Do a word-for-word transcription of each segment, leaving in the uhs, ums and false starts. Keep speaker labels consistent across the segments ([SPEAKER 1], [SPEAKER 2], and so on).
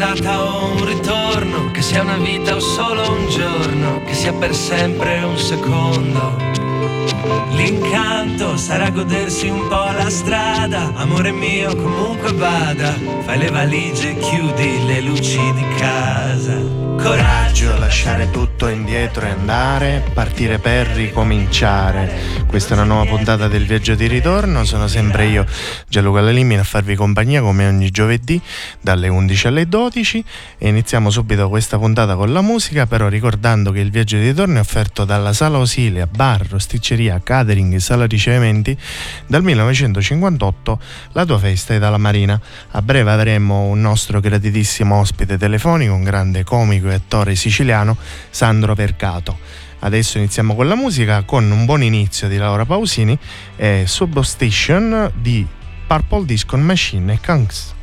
[SPEAKER 1] un'andata o un ritorno, che sia una vita o solo un giorno, che sia per sempre un secondo. L'incanto sarà godersi un po' la strada, amore mio comunque vada, fai le valigie e chiudi le luci di casa. Coraggio,
[SPEAKER 2] lasciare tutto indietro e andare, partire per ricominciare. Questa è una nuova puntata del Viaggio di Ritorno, sono sempre io, Gianluca Lalimina, a farvi compagnia come ogni giovedì dalle undici alle dodici e iniziamo subito questa puntata con la musica, però ricordando che il Viaggio di Ritorno è offerto dalla Sala Osilia, bar, rosticceria, catering e sala ricevimenti. Dal millenovecentocinquantotto la tua festa è dalla Marina. A breve avremo un nostro graditissimo ospite telefonico, un grande comico e attore siciliano, Sandro Percato. Adesso iniziamo con la musica, con un buon inizio di Laura Pausini e Substation di Purple Disco Machine e Kunks.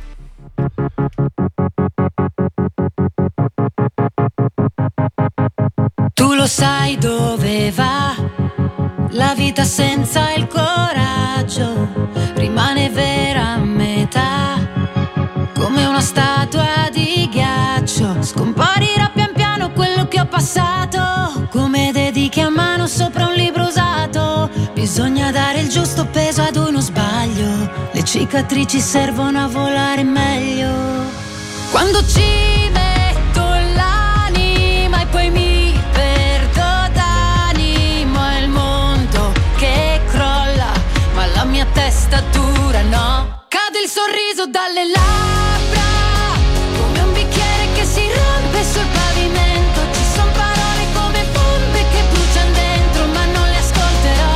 [SPEAKER 3] Tu lo sai dove va la vita senza il coraggio, rimane vera a metà, come una statua di ghiaccio. Scomparirà pian piano quello che ho passato, come dedichi a mano sopra un libro usato. Bisogna dare il giusto peso ad uno sbaglio, le cicatrici servono a volare meglio. Quando ci metto l'anima e poi mi perdo d'animo, è il mondo che crolla, ma la mia testa dura no. Cade il sorriso dalle labbra, come un bicchiere che si rompe sul pavimento. Ci son parole come bombe che bruciano dentro, ma non le ascolterò.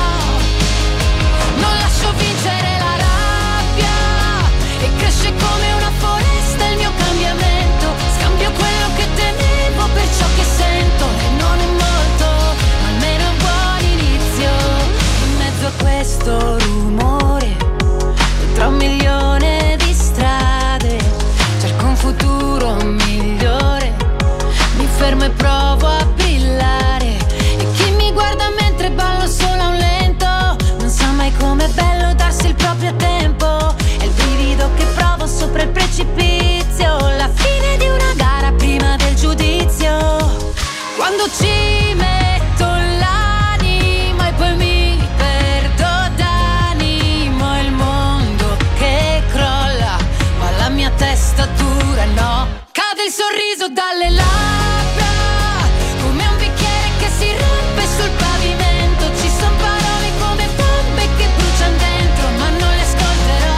[SPEAKER 3] Non lascio vincere la rabbia e cresce come una foresta il mio cambiamento. Scambio quello che temevo per ciò che sento, e non è molto, ma almeno è un buon inizio. In mezzo a questo rumore, tra un milione di strade, cerco un futuro migliore. Mi fermo e provo a brillare, e chi mi guarda mentre ballo solo a un lento non sa mai com'è bello darsi il proprio tempo. È il brivido che provo sopra il precipizio, la fine di una gara prima del giudizio. Quando ci metto l'anima e poi mi perdo d'animo, è il mondo che crolla, ma la mia testa dura no. Cade il sorriso dalle labbra, come un bicchiere che si rompe sul pavimento. Ci son parole come bombe che bruciano dentro, ma non le ascolterò.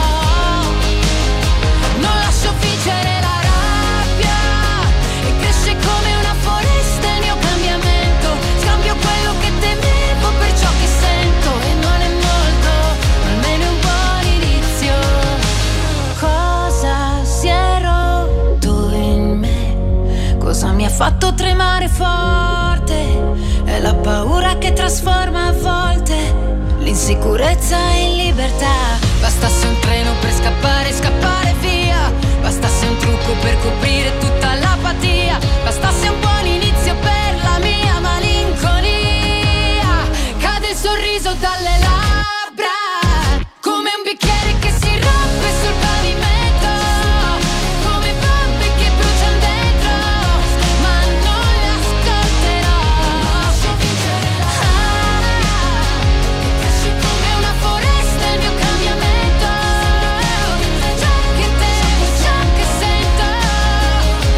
[SPEAKER 3] Non lascio vincere la rabbia e cresce come una foresta il mio cambiamento. Scambio quello che temevo per ciò che sento, e non è molto, ma almeno è un buon inizio. Cosa si è rotto in me? Cosa mi ha fatto tremare forte? È la paura che trasforma a volte l'insicurezza in libertà. Bastasse un treno per scappare, scappare via. Bastasse un trucco per coprire tutta l'apatia. Bastasse un buon inizio per la mia malinconia. Cade il sorriso dalle labbra, come un bicchiere che si rompe sul pavimento, come bombe che bruciano dentro, ma non le ascolterò. Ah, che cresce come una foresta il mio cambiamento. Ciò che temo, ciò che sento,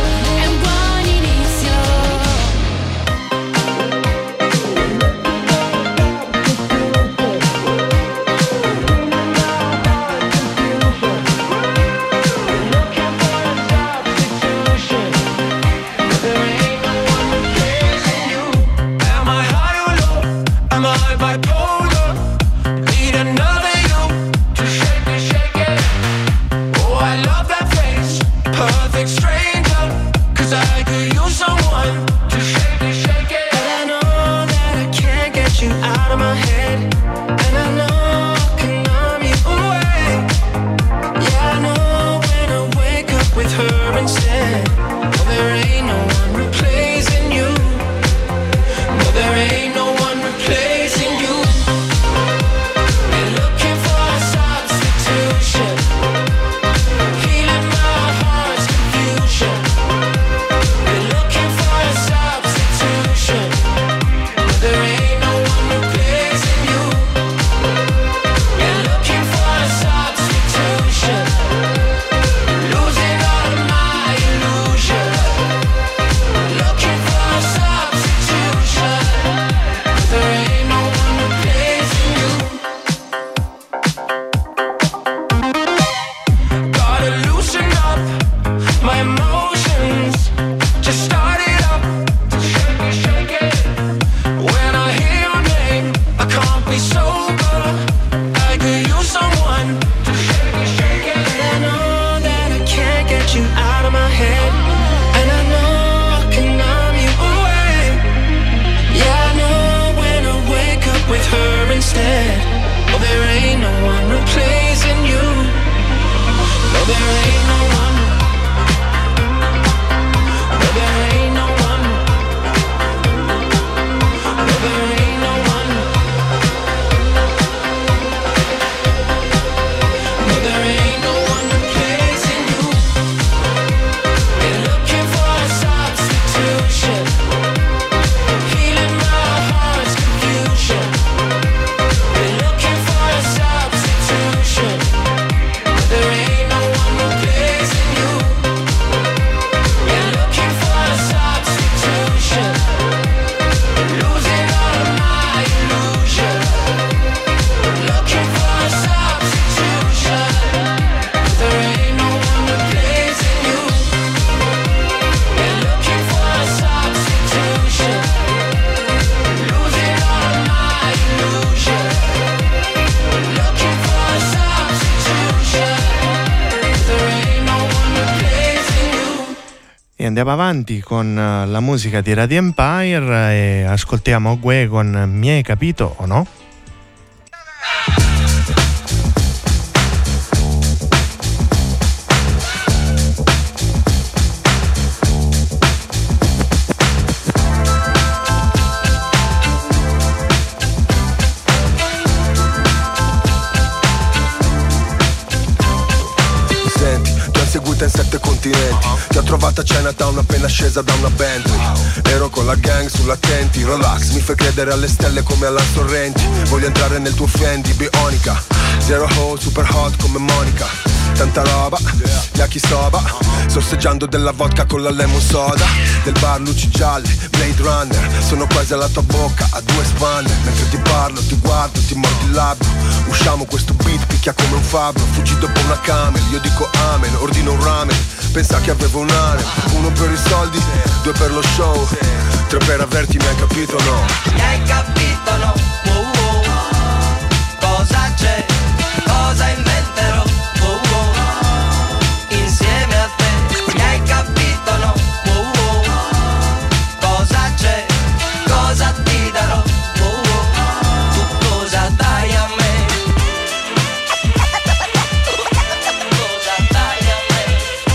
[SPEAKER 2] E andiamo avanti con la musica di Radio Empire e ascoltiamo Gue con Mi hai capito o no?
[SPEAKER 4] Seguita in sette continenti, ti ho trovata a Chinatown appena scesa da una Bentley. Ero con la gang sull'attenti, relax, mi fai credere alle stelle come alla Sorrenti. Voglio entrare nel tuo Fendi, bionica, zero hole, super hot come Monica. Tanta roba, yakisoba, sorseggiando della vodka con la lemon soda. Del bar luci gialle, Blade Runner, sono quasi alla tua bocca, a due spanne. Mentre ti parlo, ti guardo, ti mordi il labbro. Usciamo, questo beat picchia come un fabbro. Fuggi dopo una camel, io dico amen, ordino un ramen. Pensa che avevo un harem, uno per i soldi, due per lo show, tre per averti, mi hai capito no?
[SPEAKER 1] Mi hai capito no? Oh, oh. Cosa c'è? Cosa inventerò? Oh, oh. Insieme a te. Mi hai capito no? Oh, oh. Cosa c'è? Cosa ti darò? Oh, oh. Tu cosa dai a me? Cosa dai a me?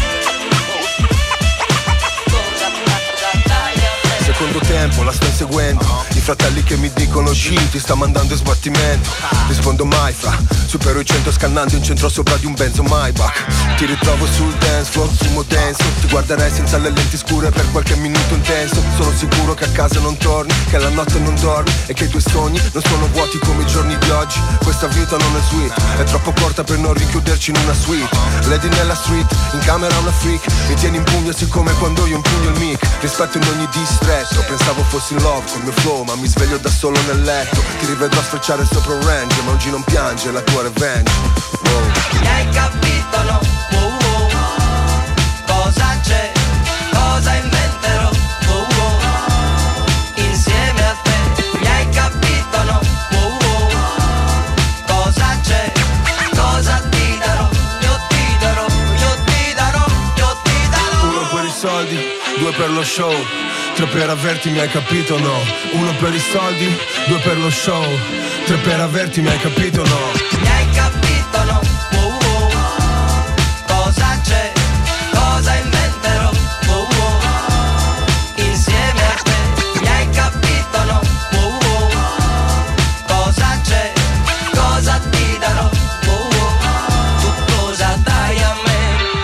[SPEAKER 1] Cosa, cosa dai a me?
[SPEAKER 4] Secondo tempo la sto inseguendo. I fratelli che mi dicono G ti sta mandando in sbattimento. Rispondo mai fra, supero i cento scannando in centro sopra di un benzo Maybach. Ti ritrovo sul dance floor, fumo denso. Ti guarderei senza le lenti scure per qualche minuto intenso. Sono sicuro che a casa non torni, che la notte non dormi e che i tuoi sogni non sono vuoti come i giorni di oggi. Questa vita non è sweet, è troppo corta per non rinchiuderci in una suite. Lady nella street, in camera una freak. Mi tieni in pugno siccome quando io impugno il mic. Rispetto in ogni distretto, pensavo fossi in love col mio flow, ma mi sveglio da solo nel letto. Ti rivedrò sfrecciare sopra un range, ma oggi non piange la tua revenge. Wow.
[SPEAKER 1] Mi hai capito no? Oh, oh. Cosa c'è? Cosa inventerò? Oh, oh. Insieme a te. Mi hai capito no? Oh, oh. Cosa c'è? Cosa ti darò? Io ti darò, io ti darò, io ti darò.
[SPEAKER 4] Uno per i soldi, due per lo show, tre per averti, mi hai capito no? Uno per i soldi, due per lo show, tre per averti, mi hai capito no?
[SPEAKER 1] Mi hai capito no? Oh, oh. Cosa c'è? Cosa inventerò? Oh, oh. Insieme a te. Mi hai capito no? Oh, oh. Cosa c'è? Cosa ti darò? Oh, oh. Tu cosa dai a me?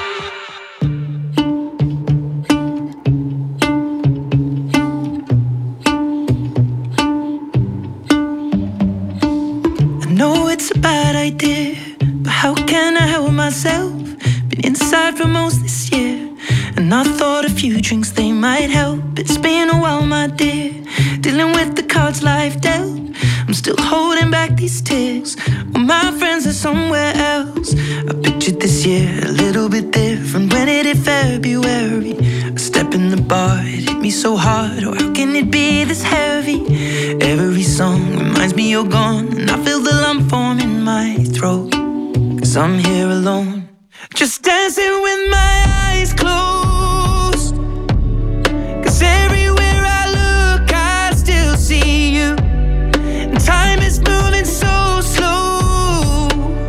[SPEAKER 5] It's a bad idea, but how can I help myself? Been inside for most this year, and I thought a few drinks they might help. It's been a while, my dear, dealing with the cards life dealt. I'm still holding back these tears, well, my friends are somewhere else. I pictured this year a little bit different when it hit February. A step in the bar, it hit me so hard. Oh, how can it be this heavy? Every song reminds me you're gone, and I feel the lump form in my throat. Cause I'm here alone, just dancing with my eyes closed. Cause everywhere I look I still see you. And time is moving so slow,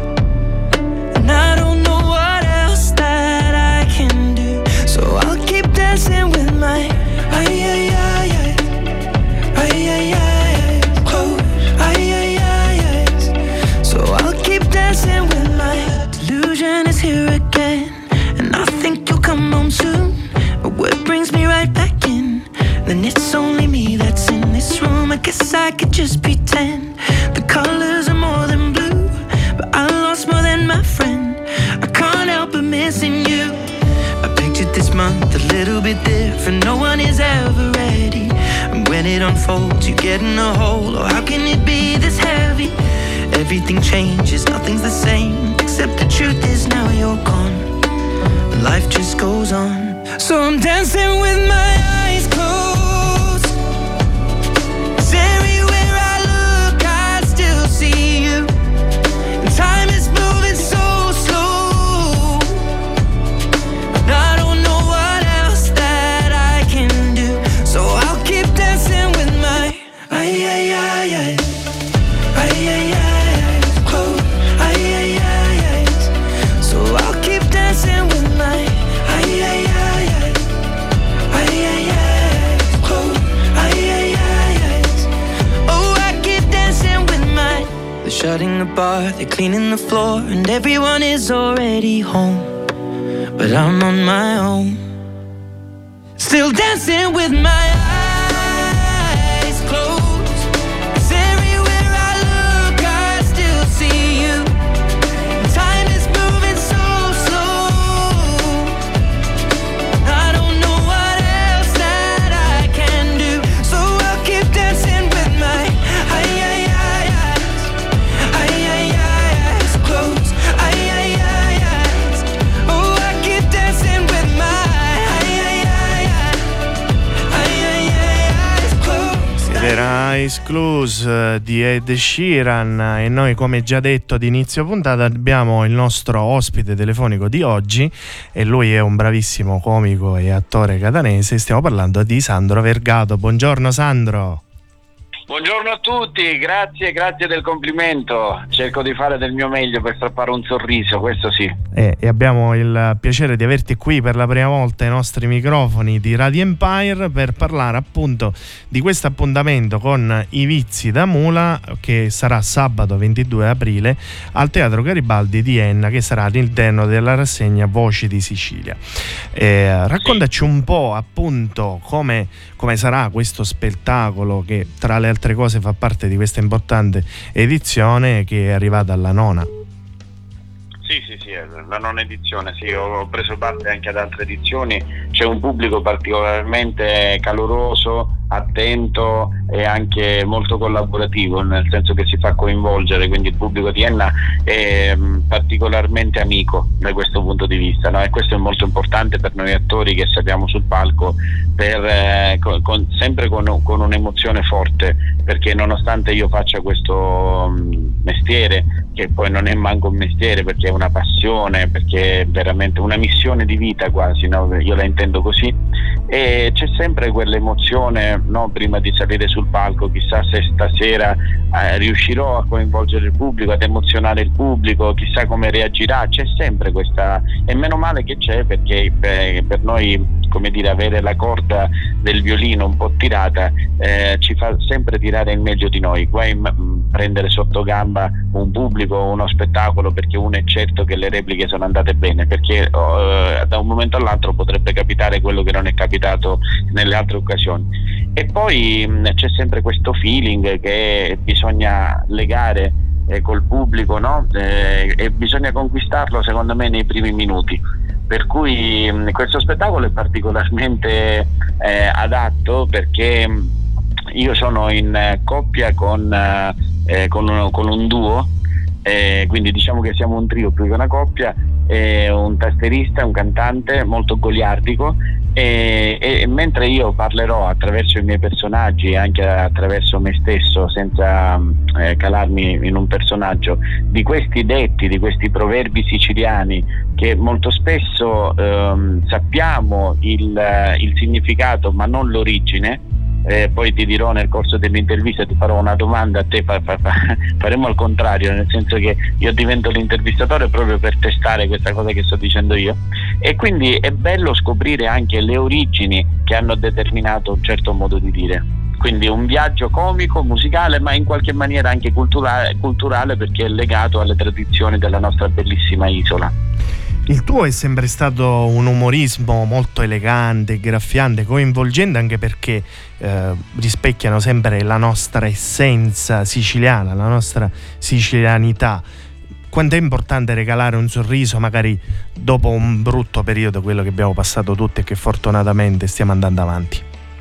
[SPEAKER 5] and I don't know what else that I can do. So I'll keep dancing with my ay ay ay ay ay ay ay close ay ay ay ay. So I'll keep dancing with my delusion is here again, and I think you'll come home soon. But what brings me right back in? Then it's only me that's in this room. I guess I could just pretend the colors are more than blue, but I lost more than my friend. I can't help but missing you. I pictured this month a little bit different. No one is ever ready, and when it unfolds you get in a hole. Oh, how can it be this heavy? Everything changes, nothing's the same, except the truth is now you're gone. Life just goes on. So I'm dancing with my eyes closed. 'Cause everywhere I look I still see you. And time is moving so slow, and I don't know what else that the bar, they're cleaning the floor, and everyone is already home, but I'm on my own, still dancing with my eyes closed, 'cause everywhere I look I still see you. Time is moving so slow, I don't know what else that I can do, so I'll keep dancing with my eyes, eyes, eyes closed, eyes, eyes, oh I keep dancing with my
[SPEAKER 2] Ed era Eyes Closed di Ed Sheeran, e noi, come già detto ad inizio puntata, abbiamo il nostro ospite telefonico di oggi, e lui è un bravissimo comico e attore catanese. Stiamo parlando di Sandro Vergato. Buongiorno Sandro.
[SPEAKER 6] Buongiorno a tutti, grazie, grazie del complimento. Cerco di fare del mio meglio per strappare un sorriso, questo sì.
[SPEAKER 2] Eh, e abbiamo il piacere di averti qui per la prima volta ai nostri microfoni di Radio Empire per parlare appunto di questo appuntamento con I Vizi da Mula, che sarà sabato ventidue aprile al Teatro Garibaldi di Enna, che sarà all'interno della rassegna Voci di Sicilia. Eh, raccontaci un po' appunto come, come sarà questo spettacolo, che tra le altre cose fa parte di questa importante edizione che è arrivata alla nona.
[SPEAKER 6] Sì, sì, sì, la nona edizione, sì, ho preso parte anche ad altre edizioni, c'è un pubblico particolarmente caloroso, attento e anche molto collaborativo, nel senso che si fa coinvolgere, quindi il pubblico di Enna è particolarmente amico da questo punto di vista, no? E questo è molto importante per noi attori che saliamo sul palco, per, eh, con, con, sempre con, con un'emozione forte, perché nonostante io faccia questo um, mestiere, che poi non è manco un mestiere perché è una passione, perché è veramente una missione di vita quasi, no? Io la intendo così, e c'è sempre quell'emozione, no? Prima di salire sul palco, chissà se stasera eh, riuscirò a coinvolgere il pubblico, ad emozionare il pubblico, chissà come reagirà, c'è sempre questa, e meno male che c'è, perché per, per noi, come dire, avere la corda del violino un po' tirata eh, ci fa sempre tirare il meglio di noi, guai m- prendere sotto gamba un pubblico, uno spettacolo, perché uno è certo che le repliche sono andate bene, perché uh, da un momento all'altro potrebbe capitare quello che non è capitato nelle altre occasioni. E poi mh, c'è sempre questo feeling che bisogna legare eh, col pubblico, no? Eh, e bisogna conquistarlo secondo me nei primi minuti, per cui mh, questo spettacolo è particolarmente eh, adatto, perché mh, io sono in eh, coppia con, eh, con, un, con un duo, eh, quindi diciamo che siamo un trio più che una coppia, eh, un tastierista, un cantante molto goliardico, e, e mentre io parlerò attraverso i miei personaggi e anche attraverso me stesso, senza eh, calarmi in un personaggio, di questi detti, di questi proverbi siciliani che molto spesso ehm, sappiamo il, il significato ma non l'origine. Eh, poi ti dirò nel corso dell'intervista, ti farò una domanda a te, fa, fa, fa, faremo al contrario, nel senso che io divento l'intervistatore proprio per testare questa cosa che sto dicendo io, e quindi è bello scoprire anche le origini che hanno determinato un certo modo di dire. Quindi un viaggio comico, musicale, ma in qualche maniera anche culturale, culturale perché è legato alle tradizioni della nostra bellissima isola.
[SPEAKER 2] Il tuo è sempre stato un umorismo molto elegante, graffiante, coinvolgente, anche perché eh, rispecchiano sempre la nostra essenza siciliana, la nostra sicilianità. Quanto è importante regalare un sorriso, magari dopo un brutto periodo, quello che abbiamo passato tutti e che fortunatamente stiamo andando avanti.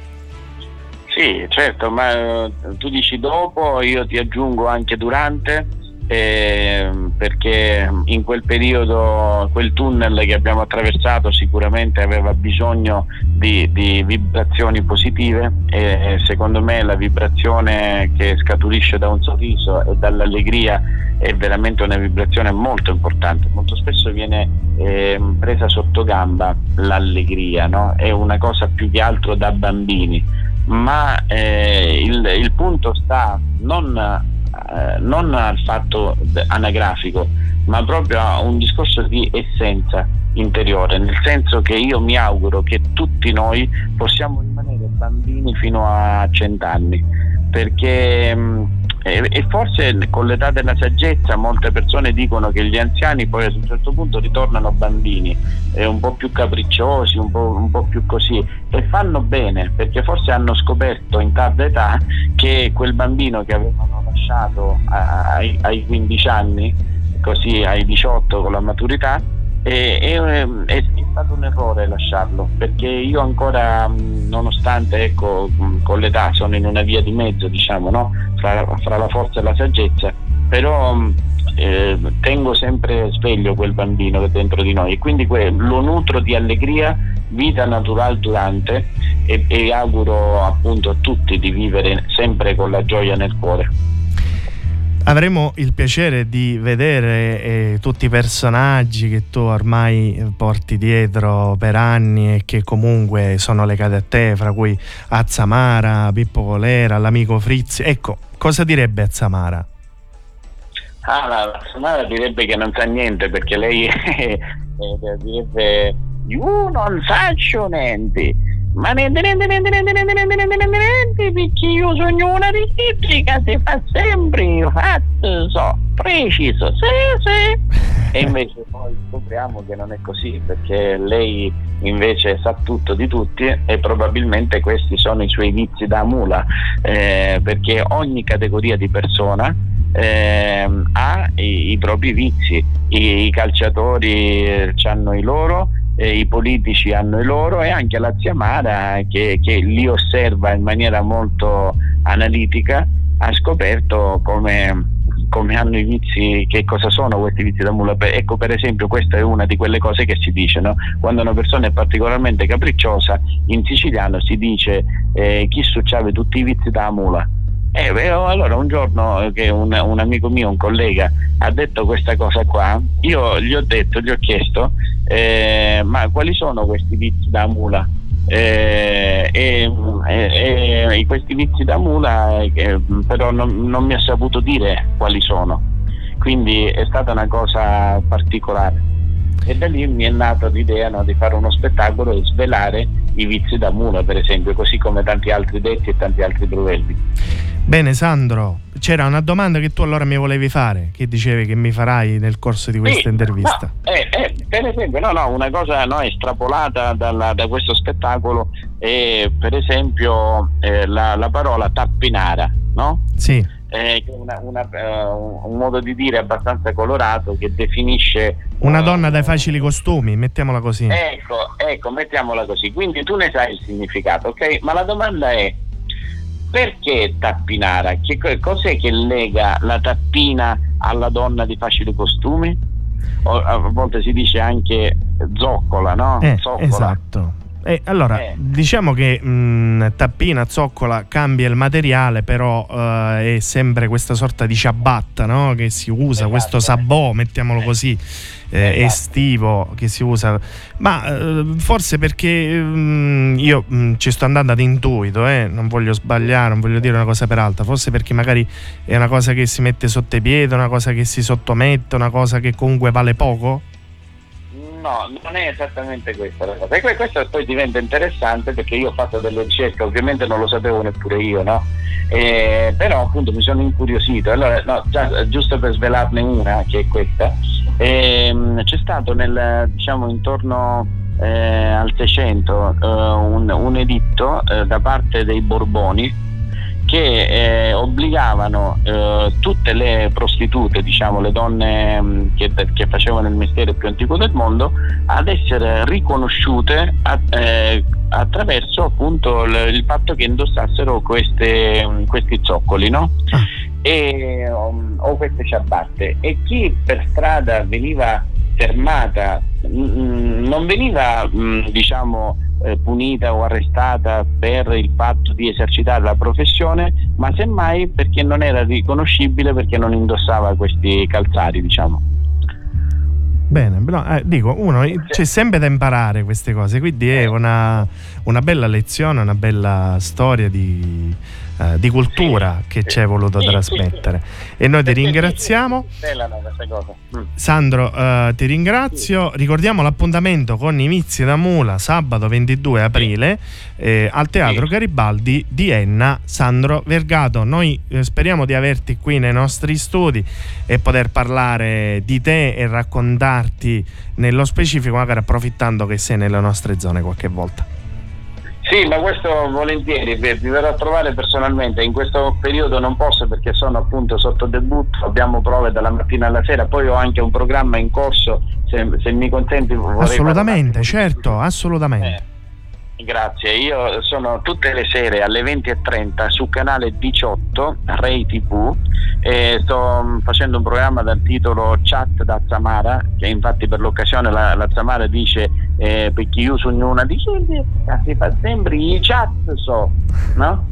[SPEAKER 6] Sì, certo, ma tu dici dopo, io ti aggiungo anche durante. Eh, perché in quel periodo quel tunnel che abbiamo attraversato sicuramente aveva bisogno di, di vibrazioni positive, e secondo me la vibrazione che scaturisce da un sorriso e dall'allegria è veramente una vibrazione molto importante. Molto spesso viene eh, presa sotto gamba l'allegria, no? È una cosa più che altro da bambini, ma eh, il, il punto sta non Eh, non al fatto anagrafico, ma proprio a un discorso di essenza interiore, nel senso che io mi auguro che tutti noi possiamo rimanere bambini fino a cent'anni, perché mh, e, e forse con l'età della saggezza molte persone dicono che gli anziani poi a un certo punto ritornano bambini, eh, un po' più capricciosi, un po', un po' più così, e fanno bene perché forse hanno scoperto in tarda età che quel bambino che avevano lasciato ai, ai quindici anni, così ai diciotto con la maturità, è, è, è stato un errore lasciarlo, perché io ancora, nonostante ecco con l'età sono in una via di mezzo, diciamo, no? fra, fra la forza e la saggezza, però eh, tengo sempre sveglio quel bambino che è dentro di noi, e quindi que- lo nutro di allegria, vita naturale durante, e, e auguro appunto a tutti di vivere sempre con la gioia nel cuore.
[SPEAKER 2] Avremo il piacere di vedere eh, tutti i personaggi che tu ormai porti dietro per anni e che comunque sono legati a te, fra cui Azzamara, Pippo Colera, l'amico Frizzi. Ecco, cosa direbbe Azzamara?
[SPEAKER 6] Ah, la Azzamara direbbe che non sa niente, perché lei eh, direbbe io non faccio niente, ma niente niente niente niente niente niente niente niente niente, perché io sono una riciclica, si fa sempre fatto, so, preciso, sì sì. E invece poi scopriamo che non è così, perché lei invece sa tutto di tutti, e probabilmente questi sono i suoi vizi da mula, eh, perché ogni categoria di persona eh, ha i, i propri vizi. I, i calciatori eh, hanno i loro, eh, i politici hanno i loro, e anche la zia Mara, che, che li osserva in maniera molto analitica, ha scoperto come come hanno i vizi, che cosa sono questi vizi da mula. Ecco, per esempio, questa è una di quelle cose che si dice, no? Quando una persona è particolarmente capricciosa, in siciliano si dice eh, chi succiave tutti i vizi da mula. Eh, beh, allora un giorno che un, un amico mio, un collega, ha detto questa cosa qua, io gli ho detto, gli ho chiesto eh, ma quali sono questi vizi da mula? Eh, e, e, e questi vizi da mula eh, però non, non mi ha saputo dire quali sono, quindi è stata una cosa particolare, e da lì mi è nata l'idea, no, di fare uno spettacolo e svelare i vizi da mula, per esempio, così come tanti altri detti e tanti altri proverbi.
[SPEAKER 2] Bene Sandro, c'era una domanda che tu allora mi volevi fare, che dicevi che mi farai nel corso di questa
[SPEAKER 6] sì,
[SPEAKER 2] intervista.
[SPEAKER 6] No, eh, eh, per esempio, no, no, una cosa no, estrapolata dalla, da questo spettacolo è per esempio eh, la, la parola tappinara, no?
[SPEAKER 2] Sì.
[SPEAKER 6] Eh, una, una, uh, un modo di dire abbastanza colorato che definisce
[SPEAKER 2] una
[SPEAKER 6] uh,
[SPEAKER 2] donna dai facili costumi, mettiamola così.
[SPEAKER 6] Ecco, ecco, mettiamola così. Quindi tu ne sai il significato, ok? Ma la domanda è: perché tappinara? Che cos'è che lega la tappina alla donna di facili costumi? O, a volte si dice anche zoccola, no?
[SPEAKER 2] Eh,
[SPEAKER 6] Zoccola.
[SPEAKER 2] esatto. Eh, allora,
[SPEAKER 6] Eh.
[SPEAKER 2] diciamo che mh, tappina, zoccola cambia il materiale, però eh, è sempre questa sorta di ciabatta, no? Che si usa,
[SPEAKER 6] Esatto.
[SPEAKER 2] questo sabò, mettiamolo
[SPEAKER 6] Eh.
[SPEAKER 2] così, eh,
[SPEAKER 6] Esatto.
[SPEAKER 2] estivo che si usa. Ma eh, forse perché mh, io mh, ci sto andando ad intuito, eh? Non voglio sbagliare, non voglio dire una cosa per alta, forse perché magari è una cosa che si mette sotto i piedi, una cosa che si sottomette, una cosa che comunque vale poco?
[SPEAKER 6] No, non è esattamente questa la cosa. E questo poi diventa interessante, perché io ho fatto delle ricerche, ovviamente non lo sapevo neppure io, no? Eh, però appunto mi sono incuriosito. Allora, no, già, giusto per svelarne una, che è questa, ehm, c'è stato nel, diciamo, intorno eh, al Seicento eh, un, un editto eh, da parte dei Borboni che eh, obbligavano eh, tutte le prostitute, diciamo le donne mh, che, che facevano il mestiere più antico del mondo, ad essere riconosciute a, eh, attraverso appunto l- il fatto che indossassero queste, mh, questi zoccoli, no? E, um, o queste ciabatte, e chi per strada veniva fermata mh, non veniva mh, diciamo eh, punita o arrestata per il fatto di esercitare la professione, ma semmai perché non era riconoscibile, perché non indossava questi calzari, diciamo.
[SPEAKER 2] Bene, però, eh, dico, uno c'è sempre da imparare queste cose, quindi è una, una bella lezione, una bella storia di eh, di cultura che ci hai voluto trasmettere. E noi ti ringraziamo. Sandro, eh, ti ringrazio. Ricordiamo l'appuntamento con I Vizi da Mula sabato ventidue aprile eh, al Teatro Garibaldi di Enna. Sandro Vergato, noi eh, speriamo di averti qui nei nostri studi e poter parlare di te e raccontarti nello specifico, magari approfittando che sei nelle nostre zone qualche volta.
[SPEAKER 6] Sì, ma questo volentieri, vi verrò a trovare personalmente. In questo periodo non posso perché sono appunto sotto debutto, abbiamo prove dalla mattina alla sera, poi ho anche un programma in corso, se, se mi consenti vorrei
[SPEAKER 2] assolutamente,
[SPEAKER 6] parlare.
[SPEAKER 2] Certo, assolutamente.
[SPEAKER 6] Eh. Grazie, io sono tutte le sere alle venti e trenta su canale diciotto Rai tivù e sto facendo un programma dal titolo Chat da Zamara, che infatti per l'occasione la, la Zamara dice eh, perché io sogno una dice si fa sempre i chat so, no?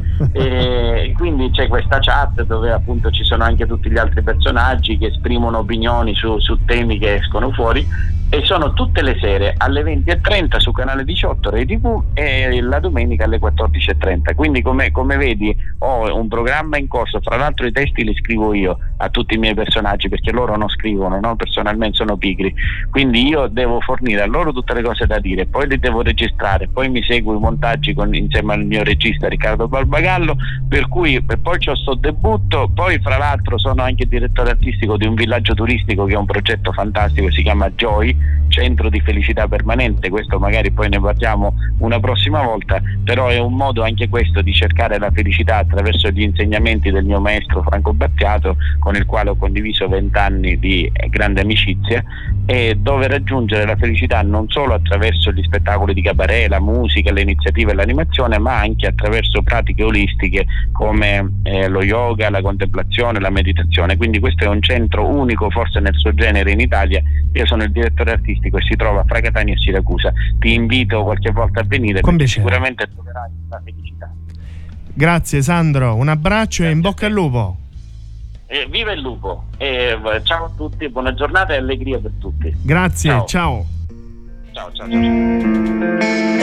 [SPEAKER 6] E quindi c'è questa chat dove appunto ci sono anche tutti gli altri personaggi che esprimono opinioni su, su temi che escono fuori, e sono tutte le sere alle venti e trenta su canale diciotto Rai tivù e la domenica alle quattordici e trenta. Quindi come, come vedi ho un programma in corso, fra l'altro i testi li scrivo io a tutti i miei personaggi perché loro non scrivono, no? Personalmente sono pigri, quindi io devo fornire a loro tutte le cose da dire, poi li devo registrare, poi mi seguo i montaggi con, insieme al mio regista Riccardo Barbagallo, per cui poi c'ho sto debutto, poi fra l'altro sono anche direttore artistico di un villaggio turistico che è un progetto fantastico, si chiama Joy, centro di felicità permanente. Questo magari poi ne parliamo una prossima volta, però è un modo anche questo di cercare la felicità attraverso gli insegnamenti del mio maestro Franco Battiato, con il quale ho condiviso vent'anni di grande amicizia, e dove raggiungere la felicità non solo attraverso gli spettacoli di cabaret, la musica, le iniziative e l'animazione, ma anche attraverso pratiche olistiche come eh, lo yoga, la contemplazione, la meditazione. Quindi questo è un centro unico forse nel suo genere in Italia. Io sono il direttore artistico e si trova fra Catania e Siracusa. Ti invito qualche volta a venire perché sicuramente troverai la felicità.
[SPEAKER 2] Grazie Sandro, un abbraccio. Grazie. E in bocca al lupo.
[SPEAKER 6] Eh, viva il lupo, eh, ciao a tutti, buona giornata e allegria per tutti.
[SPEAKER 2] Grazie, ciao.
[SPEAKER 6] Ciao, ciao, ciao. ciao.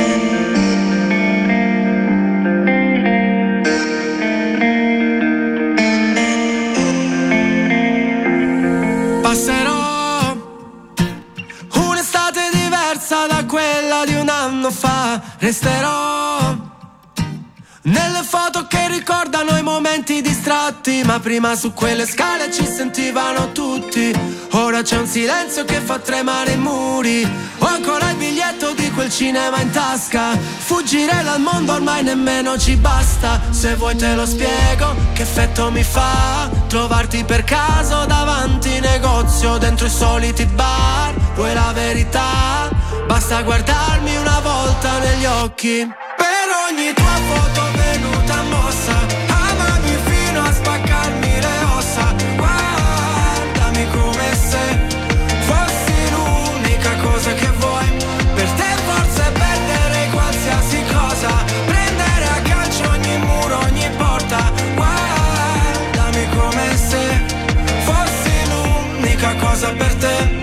[SPEAKER 7] Passerò un'estate diversa da quella di un anno fa. Resterò nelle foto che ricordano i momenti distratti, ma prima su quelle scale ci sentivano tutti. Ora c'è un silenzio che fa tremare i muri. Ho ancora il biglietto di quel cinema in tasca. Fuggire dal mondo ormai nemmeno ci basta. Se vuoi te lo spiego che effetto mi fa trovarti per caso davanti negozio, dentro i soliti bar. Vuoi la verità? Basta guardarmi una volta negli occhi. Per ogni tua foto venuta mossa, amami fino a spaccarmi le ossa. Guardami come se fossi l'unica cosa che vuoi. Per te forse perdere qualsiasi cosa, prendere a calcio ogni muro, ogni porta. Guardami come se fossi l'unica cosa per te.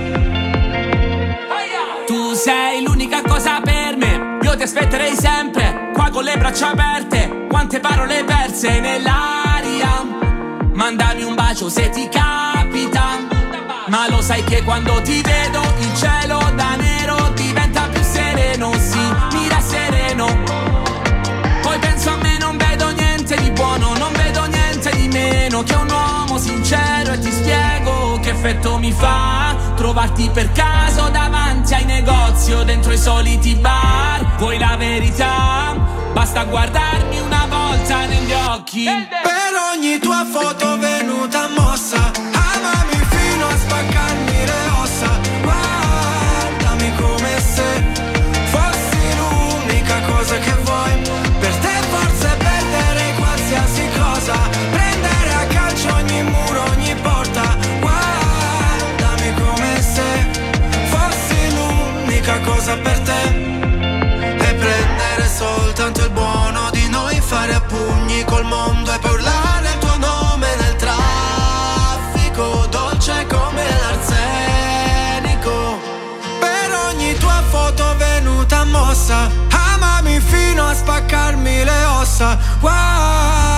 [SPEAKER 8] Tu sei l'unica cosa per me, io ti aspetterei sempre, qua con le braccia aperte, quante parole perse nell'aria. Mandami un bacio se ti capita, ma lo sai che quando ti vedo il cielo da nero diventa più sereno, sì, mira sereno. Poi penso a me, non vedo niente di buono, non vedo niente di meno che un uomo sincero, e ti spiego che effetto mi fa trovarti per caso davanti ai negozi o dentro i soliti bar. Vuoi la verità? Basta guardarmi una volta negli occhi.
[SPEAKER 7] Per ogni tua foto venuta mossa, amami fino a spaccarmi le ossa. Guardami come se fossi l'unica cosa che vuoi. Per te forse perdere qualsiasi cosa, prendere a calcio ogni muro, ogni porta. Guardami come se fossi l'unica cosa per te. E prendere soltanto il buono di noi, fare a pugni col mondo e poi urlare il tuo nome nel traffico, dolce come l'arsenico. Per ogni tua foto venuta mossa, amami fino a spaccarmi le ossa. Guardami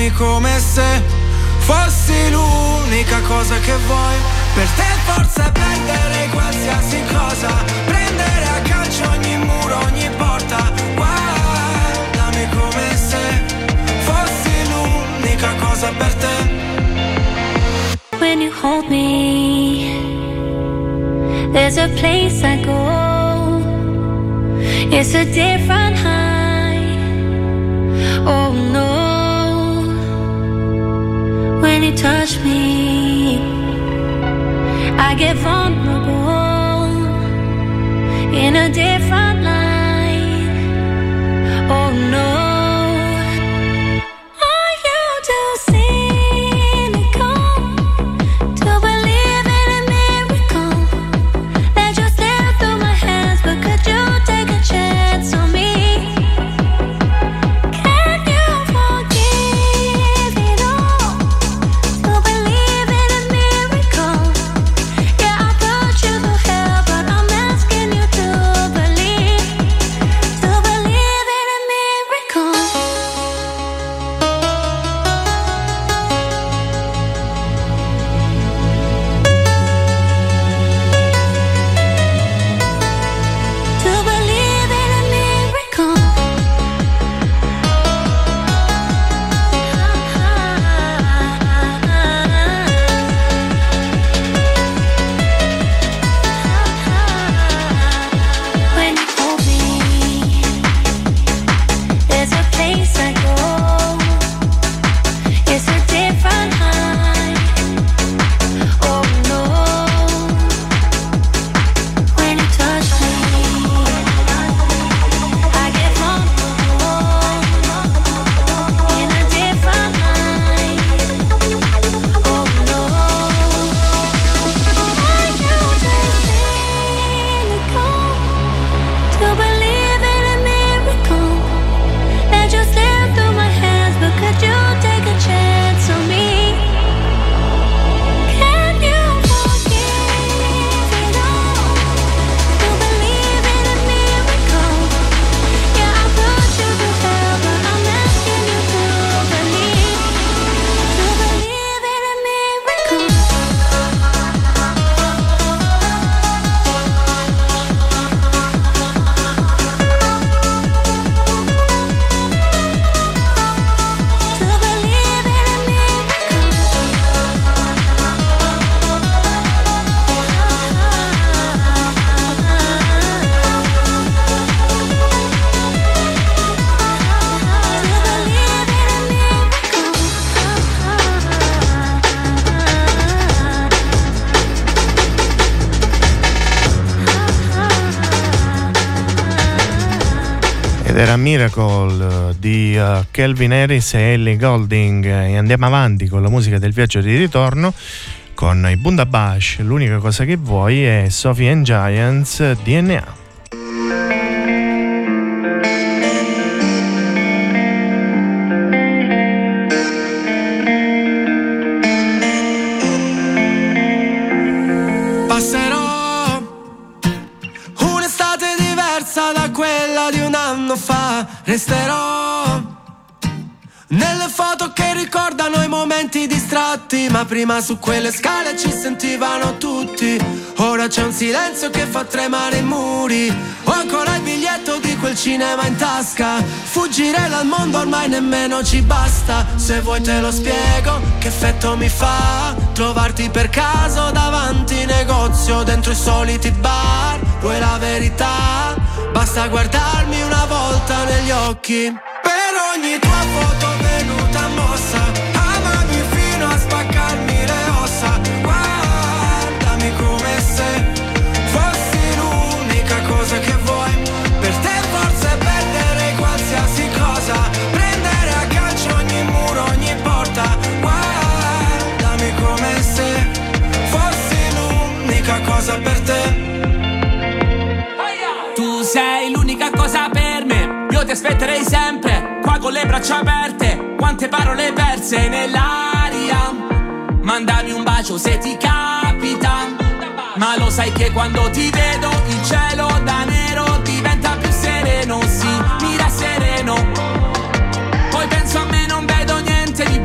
[SPEAKER 7] Guardami come se fossi l'unica cosa che vuoi. Per te forza è perdere qualsiasi cosa, prendere a calcio ogni muro, ogni porta. Guardami come se fossi l'unica cosa per te.
[SPEAKER 3] When you hold me, there's a place I go. It's a different high. Oh no. When you touch me, I get vulnerable in a different light. Oh no.
[SPEAKER 2] Era Miracle di uh, Calvin Harris e Ellie Goulding, e andiamo avanti con la musica del viaggio di ritorno con i Bundabash. L'unica cosa che vuoi è Sophie and Giants D N A.
[SPEAKER 7] Resterò nelle foto che ricordano i momenti distratti, ma prima su quelle scale ci sentivano tutti. Ora c'è un silenzio che fa tremare i muri. Ho ancora il biglietto di quel cinema in tasca. Fuggire dal mondo ormai nemmeno ci basta. Se vuoi te lo spiego che effetto mi fa trovarti per caso davanti negozio, dentro i soliti bar. Vuoi la verità? Basta guardarmi una volta negli occhi. Per ogni tua foto venuta mossa, amami fino a spaccarmi le ossa. Guardami come se fossi l'unica cosa che vuoi. Per te forza è perdere qualsiasi cosa, prendere a calcio ogni muro, ogni porta. Guardami come se fossi l'unica cosa per te.
[SPEAKER 8] Sei l'unica cosa per me, io ti aspetterei sempre, qua con le braccia aperte, quante parole perse nell'aria. Mandami un bacio se ti capita, ma lo sai che quando ti vedo il cielo da nero diventa più sereno, sì, mi dà sereno. Poi penso a me, non vedo niente di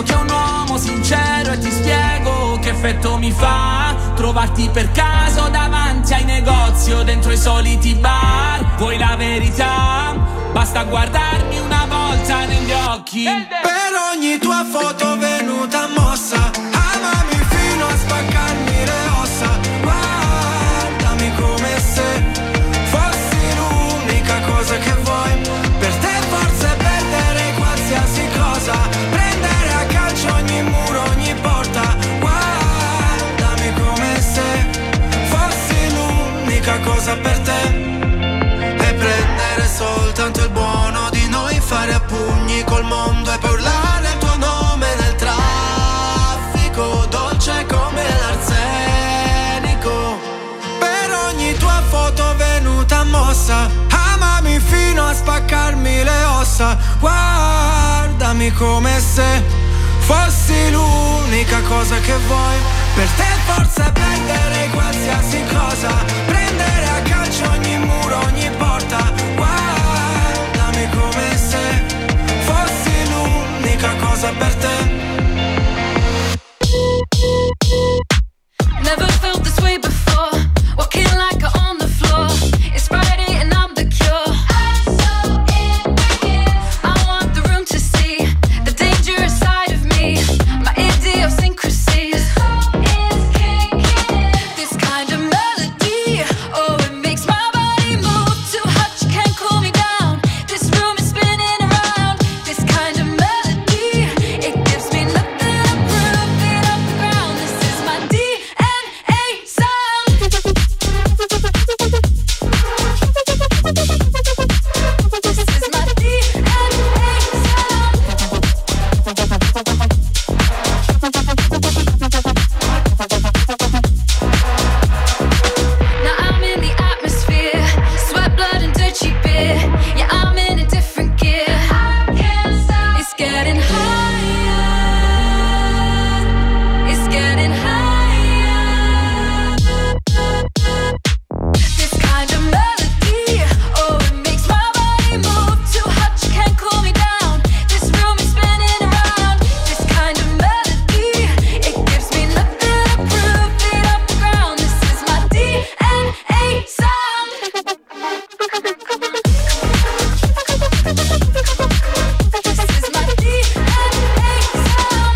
[SPEAKER 8] giuro che è un uomo sincero e ti spiego che effetto mi fa trovarti per caso davanti ai negozi o dentro i soliti bar. Vuoi la verità? Basta guardarmi una volta negli occhi.
[SPEAKER 7] Per ogni tua foto venuta mossa, amami fino a spaccarmi le ossa. Guardami come se fossi l'unica cosa che vuoi. Per te forse perdere qualsiasi cosa, prendere a calcio ogni muro, ogni porta. Guardami come se fossi l'unica cosa per te. E prendere soltanto il buono di noi, fare a pugni col mondo e poi urlare il tuo nome nel traffico, dolce come l'arsenico. Per ogni tua foto venuta mossa, amami fino a spaccarmi le ossa. Guardami come se fossi l'unica cosa che vuoi. Per te forse perdere qualsiasi cosa, prendere a calcio ogni muro, ogni porta. Guardami come se fossi l'unica cosa per te.
[SPEAKER 3] Never felt this way before. Walking like I'm on the floor. It's Friday and I'm the cure. I'm so in again. I want the room to see the dangerous side of me, my idiosyncrasies. Who is kicking in? This kind of melody, oh, it makes my body move. Too hot, you can't cool me down. This room is spinning around. This kind of melody, it gives me nothing to prove. Beat up the ground. This is my D N A sound. This is my D N A Now I'm in the atmosphere, sweat, blood, and dirty beer. Yeah, I'm in a different gear. I can't stop. It's getting higher. It's getting higher. This kind of melody, oh, it makes my body move. Too hot, you can't cool me down. This room is spinning around. This kind of melody, it gives me nothing to prove. Beat up the ground. This is my D N A sound. This is my D N A sound.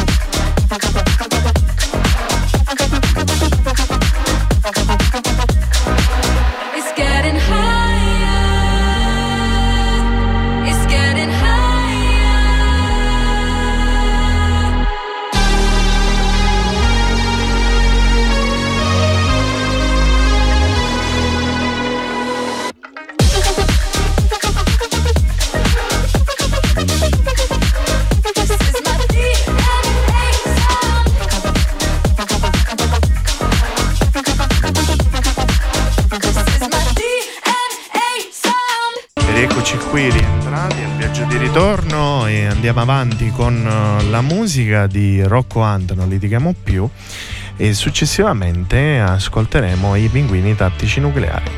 [SPEAKER 3] It's getting higher. It's getting higher. This is my D N A sound. This is my D N A sound.
[SPEAKER 2] Ed eccoci qui rientrati al viaggio di ritorno e andiamo avanti con eh, la musica di Rocco Hunt, Non litighiamo più, e successivamente ascolteremo i Pinguini Tattici Nucleari.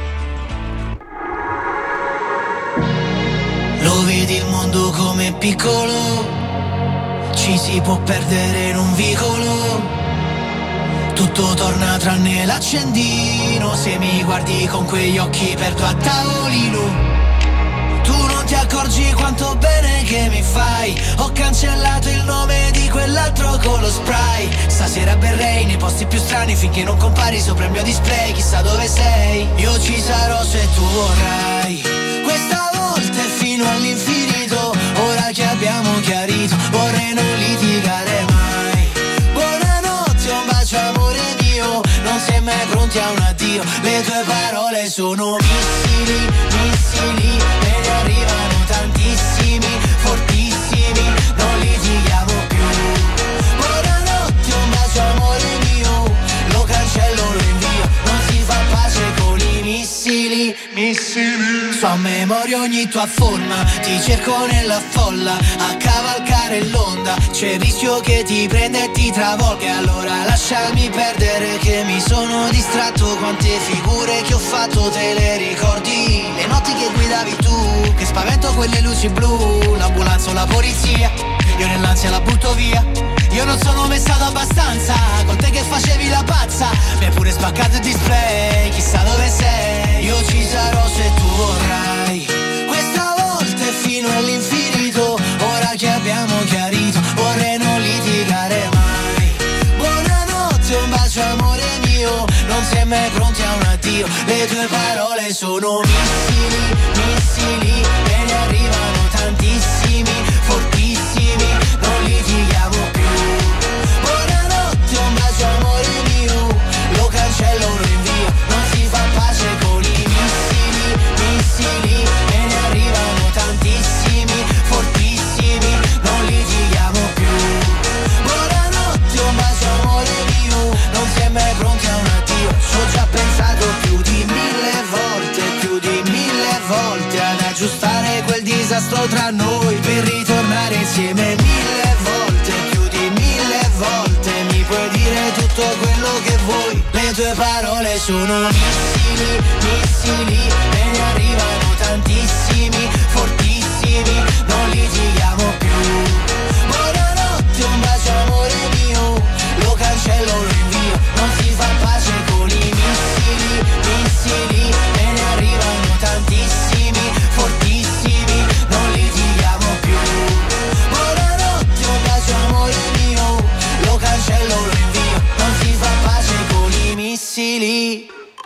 [SPEAKER 7] Lo vedi il mondo come piccolo, ci si può perdere in un vicolo. Tutto torna tranne l'accendino, se mi guardi con quegli occhi perdo a tavolino. Tu non ti accorgi quanto bene che mi fai. Ho cancellato il nome di quell'altro con lo spray. Stasera berrei nei posti più strani finché non compari sopra il mio display. Chissà dove sei, io ci sarò se tu vorrai. Questa volta è fino all'infinito, ora che abbiamo chiarito, vorrei non litigare mai. Buonanotte, un bacio amore mio, non sei mai pronti a un addio. Le tue parole sono missili, missili, e ne arrivano tantissimi, fortissimi, non litighiamo più. Buonanotte, un bacio amore mio, lo cancello, lo invio, non si fa pace con i missili, missili. So a memoria ogni tua forma, ti cerco nella folla, a cavalcare l'onda, c'è il rischio che ti prenda e ti travolga. Allora lasciami perdere che mi sono distratto. Quante figure che ho fatto te le ricordi? Le notti che guidavi tu, che spavento quelle luci blu, l'ambulanza o la polizia. io nell'ansia la butto via. Io non sono mai stato abbastanza, con te che facevi la pazza. Mi hai pure spaccato il display, chissà dove sei. Io ci sarò se tu vorrai. Questa volta è fino all'infinito, ora che abbiamo chiarito, vorrei non litigare mai. Buonanotte, un bacio amore mio, non si è mai pronti a un addio. Le tue parole sono missili, missili, e ne arrivano tantissimi, fortissimi, non litighiamo più. Buonanotte, un bacio amore mio, lo cancello, lo invio, non si fa pace con i missili, missili, e ne arrivano tantissimi, fortissimi, non litighiamo più. Buonanotte, un bacio amore mio, non si è mai pronti a un addio. Ci ho già pensato più di mille volte, più di mille volte, ad aggiustare quel disastro tra noi, per ritornare insieme mille volte, più di mille volte. Mi puoi dire tutto quello che vuoi, le tue parole sono missili, missili, e ne arrivano tantissimi, fortissimi, non litighiamo più. Buonanotte, un bacio amore mio, lo cancello, lo invio, non si fa pace con i missili, missili, e ne arrivano tantissimi, fortissimi, non litighiamo più. Buonanotte, un bacio amore mio, lo cancello, lo invio, non si fa pace con i missili.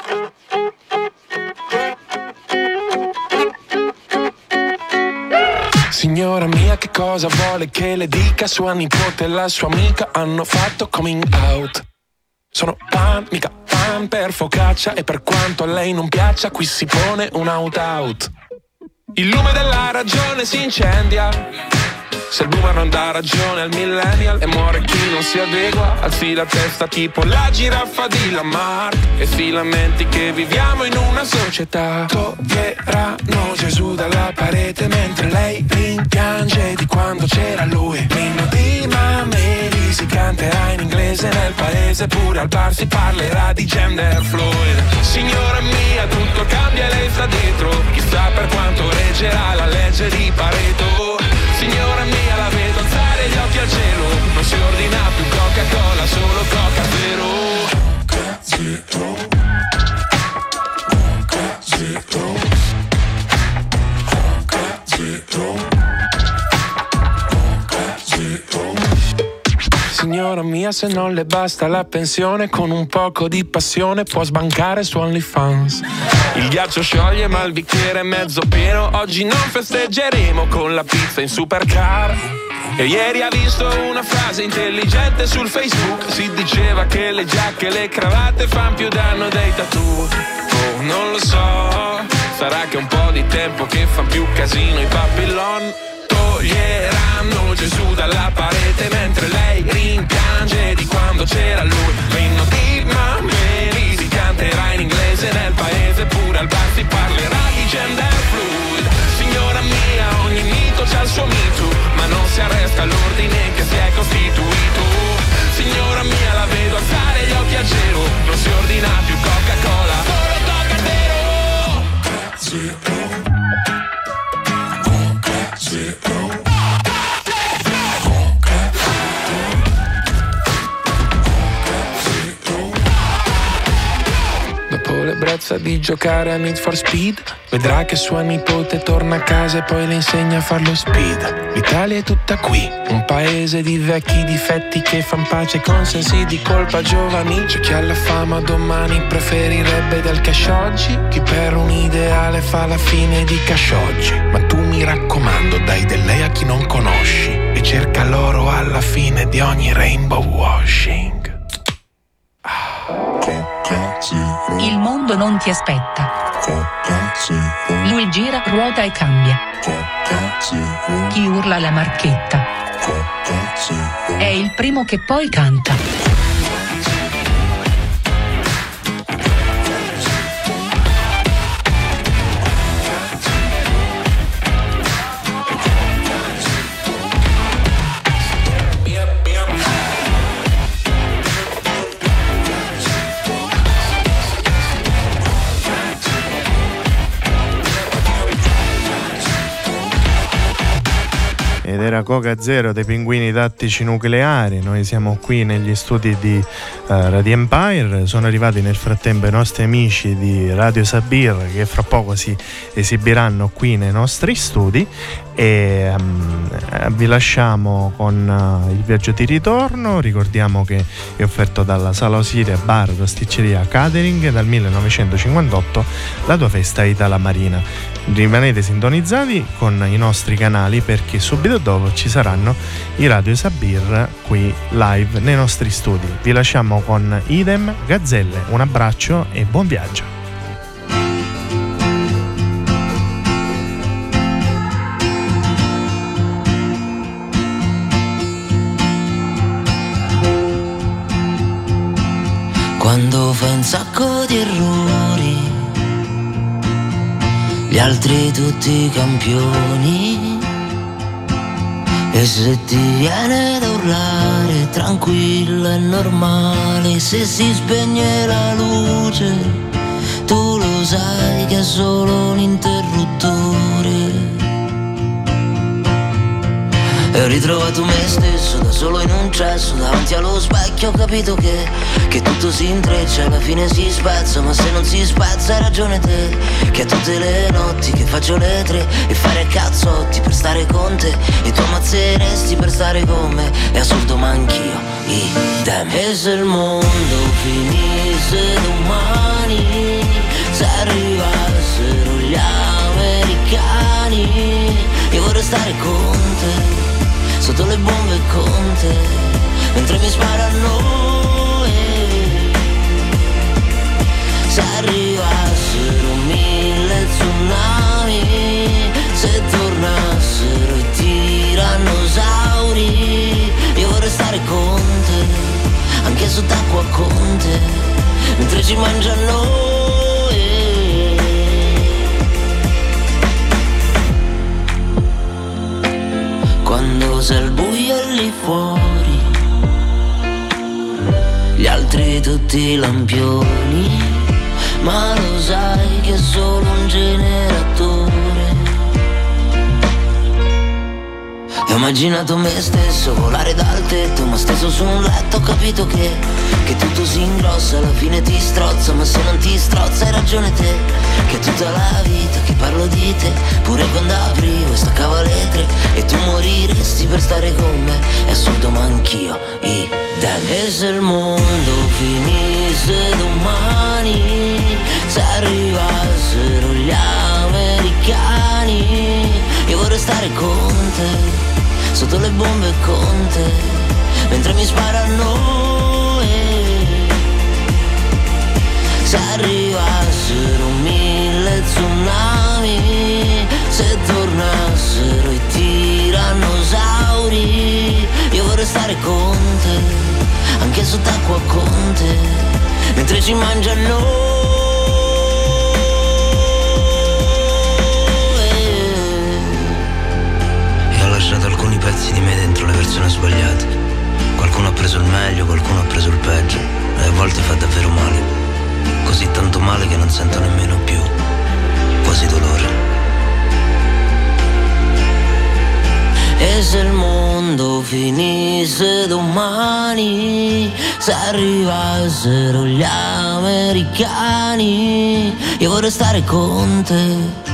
[SPEAKER 9] Signora mia, che cosa vuole che le dica? Sua nipote e la sua amica hanno fatto coming out. Sono pan, mica pan per focaccia, e per quanto a lei non piaccia, qui si pone un out-out. Il lume della ragione si incendia, se il boomer non dà ragione al millennial, e muore chi non si adegua, alzi la testa tipo la giraffa di Lamarck, e si lamenti che viviamo in una società. Toglieranno Gesù dalla parete mentre lei rimpiange di quando c'era lui. L'inno di Mameli si canterà in inglese nel paese, pure al bar si parlerà di gender fluid. Signora mia, tutto cambia e lei sta dietro, chissà per quanto reggerà la legge di Pareto. Signora mia, la vedo alzare gli occhi al cielo, non si ordina più Coca-Cola, solo Coca Zero. Coca Zero, Coca Zero, Coca Zero, Coca Zero. Signora mia, se non le basta la pensione, con un poco di passione può sbancare su OnlyFans. Il ghiaccio scioglie ma il bicchiere è mezzo pieno, oggi non festeggeremo con la pizza in supercar. E ieri ha visto una frase intelligente sul Facebook, si diceva che le giacche e le cravatte fan più danno dei tattoo. Oh, non lo so, sarà che un po' di tempo che fan più casino i Papillon. Toglieranno Gesù dalla parete mentre lei rimpiange di quando c'era lui. L'inno di Mameli si canterà in inglese nel paese, pure al bar si parlerà di gender fluid. Signora mia, ogni mito c'ha il suo mito, ma non si arresta l'ordine che si è costituito. Signora mia, la vedo alzare gli occhi al cielo, non si ordina più Coca-Cola, solo Coca Zero. Coca Zero. Dopo l'ebbrezza di giocare a Need for Speed, vedrà che sua nipote torna a casa e poi le insegna a farlo speed. L'Italia è tutta qui, un paese di vecchi difetti che fan pace con sensi di colpa giovani. C'è chi alla fama domani preferirebbe del cash oggi, chi per un ideale fa la fine di cash oggi. Ma tu, mi raccomando, dai del lei a chi non conosci e cerca l'oro alla fine di ogni rainbow washing.
[SPEAKER 10] Il mondo non ti aspetta. Lui gira, ruota e cambia. Chi urla la marchetta è il primo che poi canta.
[SPEAKER 2] ed era Coca Zero dei Pinguini Tattici Nucleari. Noi siamo qui negli studi di uh, Radio Empire. Sono arrivati nel frattempo i nostri amici di Radio Sabir, che fra poco si esibiranno qui nei nostri studi, e um, vi lasciamo con uh, il viaggio di ritorno. Ricordiamo che è offerto dalla Sala Osiria Bar Rosticceria Catering, dal millenovecentocinquantotto la tua festa Itala Marina. Rimanete sintonizzati con i nostri canali, perché subito dopo ci saranno i Radio Sabir qui live nei nostri studi. Vi lasciamo con Idem Gazzelle. Un abbraccio e buon viaggio.
[SPEAKER 11] Quando fai un sacco di errori, gli altri tutti campioni, e se ti viene da urlare, tranquillo è normale. Se si spegne la luce, tu lo sai che è solo un interruttore. E ho ritrovato me stesso da solo in un cesso, davanti allo specchio ho capito che, che tutto si intreccia, alla fine si spezza, ma se non si spezza hai ragione te, che a tutte le notti che faccio le tre e fare cazzotti per stare con te, e tu ammazzeresti per stare con me. È assurdo ma anch'io idem. E se il mondo finisse domani, se arrivassero gli americani, io vorrei stare con te, sotto le bombe con te, mentre mi sparano. E se arrivassero mille tsunami, se tornassero i tirannosauri, io vorrei stare con te, anche sott'acqua con te, mentre ci mangiano. Quando sei al buio lì fuori, gli altri tutti lampioni, ma lo sai che è solo un generatore. E ho immaginato me stesso volare dal tetto, ma steso su un letto ho capito che, che tutto si ingrossa, alla fine ti strozza, ma se non ti strozza hai ragione te, che tutta la vita che parlo di te, pure quando aprivo e staccavo le tre, e tu moriresti per stare con me. È assurdo ma anch'io idem. E se il mondo finisse domani, se arrivassero gli americani, io vorrei stare con te, sotto le bombe con te, mentre mi sparano. E se arrivassero mille tsunami, se tornassero i tirannosauri, io vorrei stare con te, anche sott'acqua con te, mentre ci mangiano. E ho lasciato alcuni pezzi di me dentro le persone sbagliate. Qualcuno ha preso il meglio, qualcuno ha preso il peggio, e a volte fa davvero male, così tanto male che non sento nemmeno più quasi dolore. E se il mondo finisse domani, se arrivassero gli americani, io vorrei stare con te,